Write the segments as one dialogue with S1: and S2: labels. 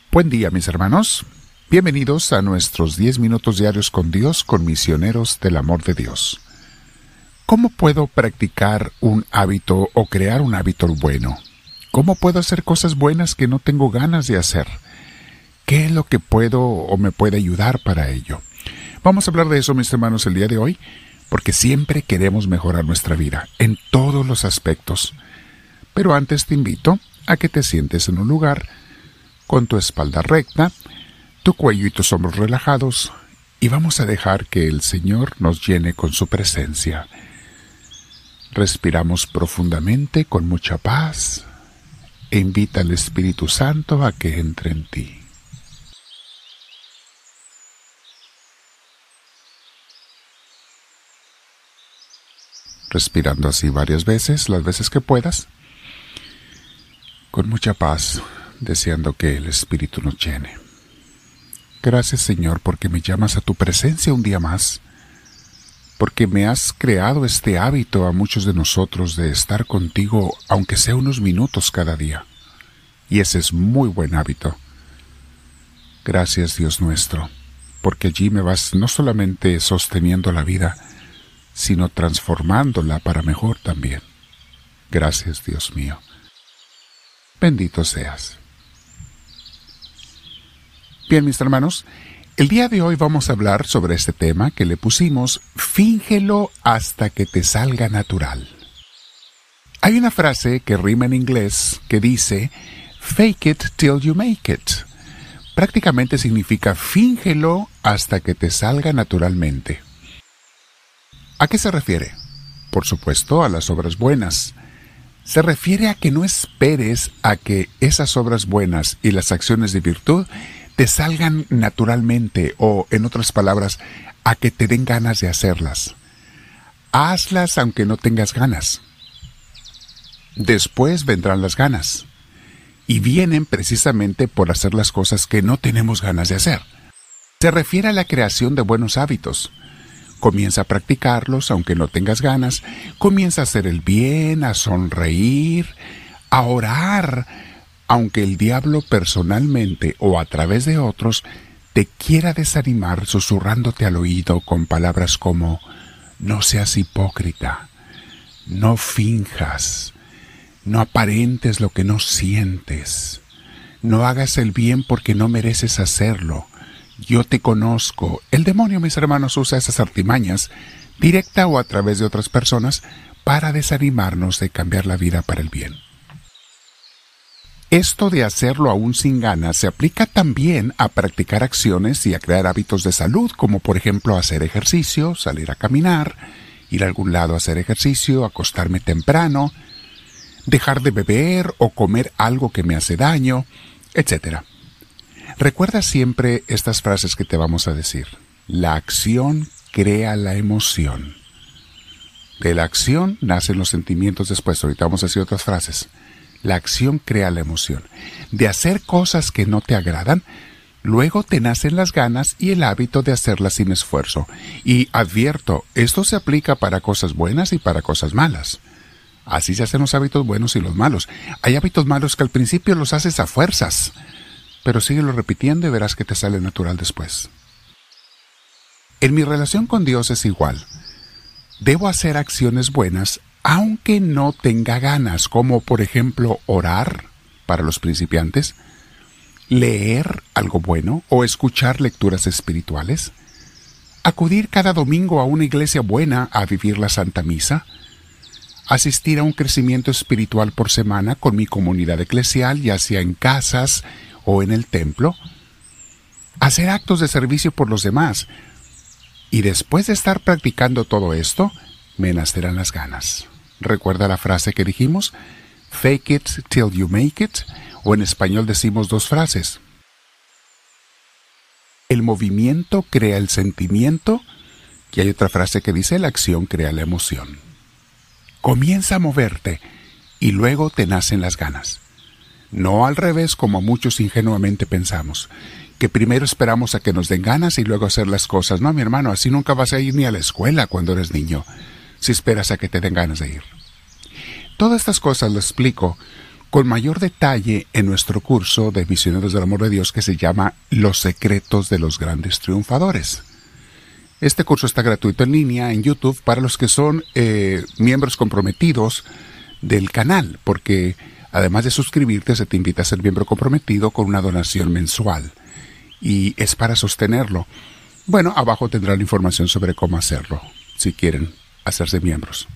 S1: Buen día, mis hermanos. Bienvenidos a nuestros 10 minutos diarios con Dios, con misioneros del amor de Dios. ¿Cómo puedo practicar un hábito o crear un hábito bueno? ¿Cómo puedo hacer cosas buenas que no tengo ganas de hacer? ¿Qué es lo que puedo o me puede ayudar para ello? Vamos a hablar de eso, mis hermanos, el día de hoy, porque siempre queremos mejorar nuestra vida, en todos los aspectos. Pero antes te invito a que te sientes en un lugar con tu espalda recta, tu cuello y tus hombros relajados, y vamos a dejar que el Señor nos llene con su presencia. Respiramos profundamente con mucha paz e invita al Espíritu Santo a que entre en ti. Respirando así varias veces, las veces que puedas, con mucha paz, deseando que el Espíritu nos llene. Gracias, Señor, porque me llamas a tu presencia un día más, porque me has creado este hábito a muchos de nosotros de estar contigo, aunque sea unos minutos cada día. Y ese es muy buen hábito. Gracias, Dios nuestro, porque allí me vas no solamente sosteniendo la vida, sino transformándola para mejor también. Gracias, Dios mío. Bendito seas. Bien, mis hermanos, el día de hoy vamos a hablar sobre este tema que le pusimos fíngelo hasta que te salga natural. Hay una frase que rima en inglés que dice fake it till you make it. Prácticamente significa fíngelo hasta que te salga naturalmente. ¿A qué se refiere? Por supuesto, a las obras buenas. Se refiere a que no esperes a que esas obras buenas y las acciones de virtud te salgan naturalmente o, en otras palabras, a que te den ganas de hacerlas. Hazlas aunque no tengas ganas. Después vendrán las ganas. Y vienen precisamente por hacer las cosas que no tenemos ganas de hacer. Se refiere a la creación de buenos hábitos. Comienza a practicarlos aunque no tengas ganas. Comienza a hacer el bien, a sonreír, a orar, aunque el diablo personalmente o a través de otros te quiera desanimar susurrándote al oído con palabras como no seas hipócrita, no finjas, no aparentes lo que no sientes, no hagas el bien porque no mereces hacerlo, yo te conozco. El demonio, mis hermanos, usa esas artimañas, directa o a través de otras personas, para desanimarnos de cambiar la vida para el bien. Esto de hacerlo aún sin ganas se aplica también a practicar acciones y a crear hábitos de salud, como por ejemplo hacer ejercicio, salir a caminar, ir a algún lado a hacer ejercicio, acostarme temprano, dejar de beber o comer algo que me hace daño, etc. Recuerda siempre estas frases que te vamos a decir. La acción crea la emoción. De la acción nacen los sentimientos después. Ahorita vamos a decir otras frases. La acción crea la emoción. De hacer cosas que no te agradan, luego te nacen las ganas y el hábito de hacerlas sin esfuerzo. Y advierto, esto se aplica para cosas buenas y para cosas malas. Así se hacen los hábitos buenos y los malos. Hay hábitos malos que al principio los haces a fuerzas, pero síguelo repitiendo y verás que te sale natural después. En mi relación con Dios es igual. Debo hacer acciones buenas aunque no tenga ganas, como por ejemplo orar para los principiantes, leer algo bueno o escuchar lecturas espirituales, acudir cada domingo a una iglesia buena a vivir la Santa Misa, asistir a un crecimiento espiritual por semana con mi comunidad eclesial, ya sea en casas o en el templo, hacer actos de servicio por los demás. Y después de estar practicando todo esto, me nacerán las ganas. ¿Recuerda la frase que dijimos? Fake it till you make it. O en español decimos dos frases. El movimiento crea el sentimiento. Y hay otra frase que dice la acción crea la emoción. Comienza a moverte y luego te nacen las ganas. No al revés como muchos ingenuamente pensamos, que primero esperamos a que nos den ganas y luego hacer las cosas. No, mi hermano, así nunca vas a ir ni a la escuela cuando eres niño, si esperas a que te den ganas de ir. Todas estas cosas las explico con mayor detalle en nuestro curso de Misioneros del Amor de Dios que se llama Los Secretos de los Grandes Triunfadores. Este curso está gratuito en línea en YouTube para los que son miembros comprometidos del canal, porque además de suscribirte se te invita a ser miembro comprometido con una donación mensual y es para sostenerlo. Bueno, abajo tendrán información sobre cómo hacerlo, si quieren hacerse miembros.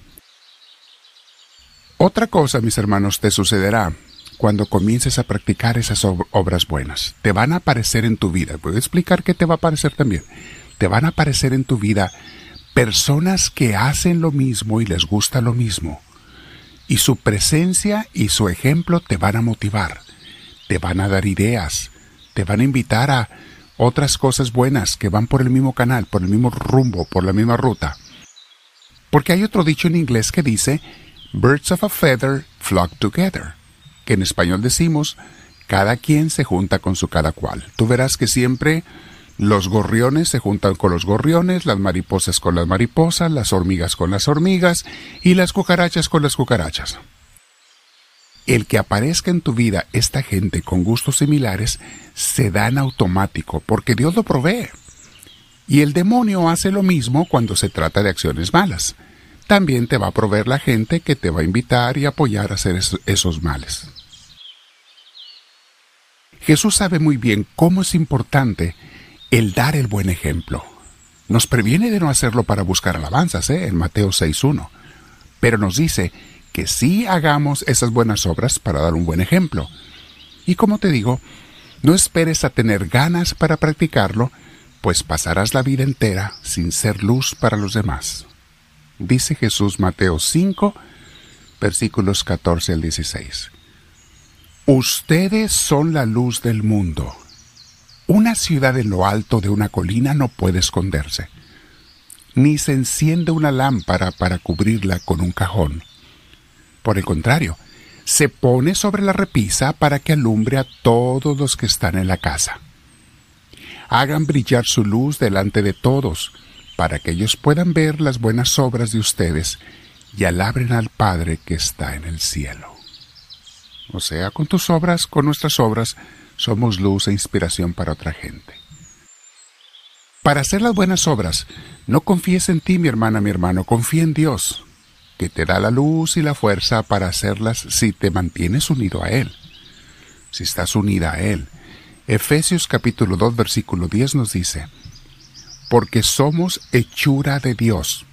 S1: Otra cosa, mis hermanos, te sucederá cuando comiences a practicar esas obras buenas. Te van a aparecer en tu vida. Voy a explicar qué te va a aparecer también. Te van a aparecer en tu vida personas que hacen lo mismo y les gusta lo mismo. Y su presencia y su ejemplo te van a motivar. Te van a dar ideas. Te van a invitar a otras cosas buenas que van por el mismo canal, por el mismo rumbo, por la misma ruta. Porque hay otro dicho en inglés que dice Birds of a feather flock together, que en español decimos, cada quien se junta con su cada cual. Tú verás que siempre los gorriones se juntan con los gorriones, las mariposas con las mariposas, las hormigas con las hormigas y las cucarachas con las cucarachas. El que aparezca en tu vida esta gente con gustos similares se da en automático porque Dios lo provee. Y el demonio hace lo mismo cuando se trata de acciones malas. También te va a proveer la gente que te va a invitar y apoyar a hacer esos males. Jesús sabe muy bien cómo es importante el dar el buen ejemplo. Nos previene de no hacerlo para buscar alabanzas, en Mateo 6:1. Pero nos dice que sí hagamos esas buenas obras para dar un buen ejemplo. Y como te digo, no esperes a tener ganas para practicarlo, pues pasarás la vida entera sin ser luz para los demás. Dice Jesús, Mateo 5, versículos 14 al 16. Ustedes son la luz del mundo. Una ciudad en lo alto de una colina no puede esconderse, ni se enciende una lámpara para cubrirla con un cajón. Por el contrario, se pone sobre la repisa para que alumbre a todos los que están en la casa. Hagan brillar su luz delante de todos, para que ellos puedan ver las buenas obras de ustedes y alaben al Padre que está en el cielo. O sea, con tus obras, con nuestras obras, somos luz e inspiración para otra gente. Para hacer las buenas obras, no confíes en ti, mi hermana, mi hermano, confía en Dios, que te da la luz y la fuerza para hacerlas si te mantienes unido a Él, si estás unida a Él. Efesios capítulo 2, versículo 10 nos dice, porque somos hechura de Dios,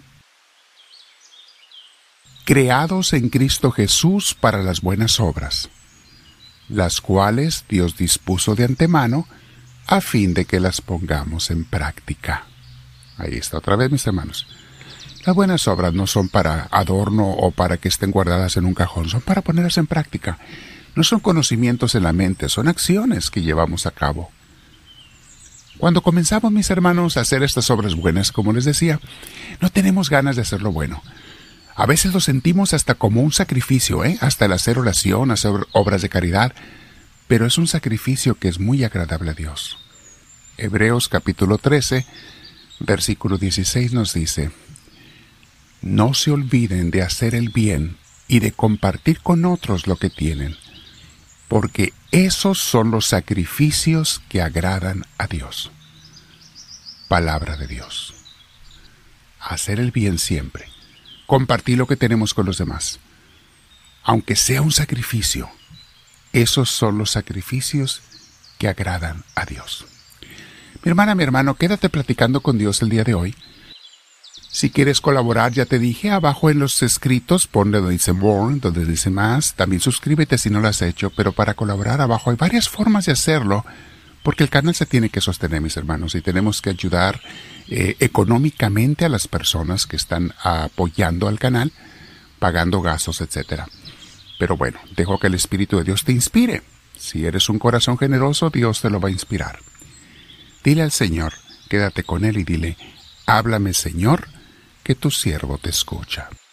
S1: creados en Cristo Jesús para las buenas obras, las cuales Dios dispuso de antemano a fin de que las pongamos en práctica. Ahí está otra vez, mis hermanos. Las buenas obras no son para adorno o para que estén guardadas en un cajón, son para ponerlas en práctica. No son conocimientos en la mente, son acciones que llevamos a cabo. Cuando comenzamos, mis hermanos, a hacer estas obras buenas, como les decía, no tenemos ganas de hacer lo bueno. A veces lo sentimos hasta como un sacrificio, hasta el hacer oración, hacer obras de caridad, pero es un sacrificio que es muy agradable a Dios. Hebreos capítulo 13, versículo 16 nos dice, no se olviden de hacer el bien y de compartir con otros lo que tienen, porque esos son los sacrificios que agradan a Dios. Palabra de Dios. Hacer el bien siempre. Compartir lo que tenemos con los demás. Aunque sea un sacrificio, esos son los sacrificios que agradan a Dios. Mi hermana, mi hermano, quédate platicando con Dios el día de hoy. Si quieres colaborar, ya te dije, abajo en los escritos, ponle donde dice more, donde dice más. También suscríbete si no lo has hecho, pero para colaborar abajo hay varias formas de hacerlo, porque el canal se tiene que sostener, mis hermanos, y tenemos que ayudar económicamente a las personas que están apoyando al canal, pagando gastos, etc. Pero bueno, dejo que el Espíritu de Dios te inspire. Si eres un corazón generoso, Dios te lo va a inspirar. Dile al Señor, quédate con Él y dile, háblame, Señor, que tu siervo te escucha.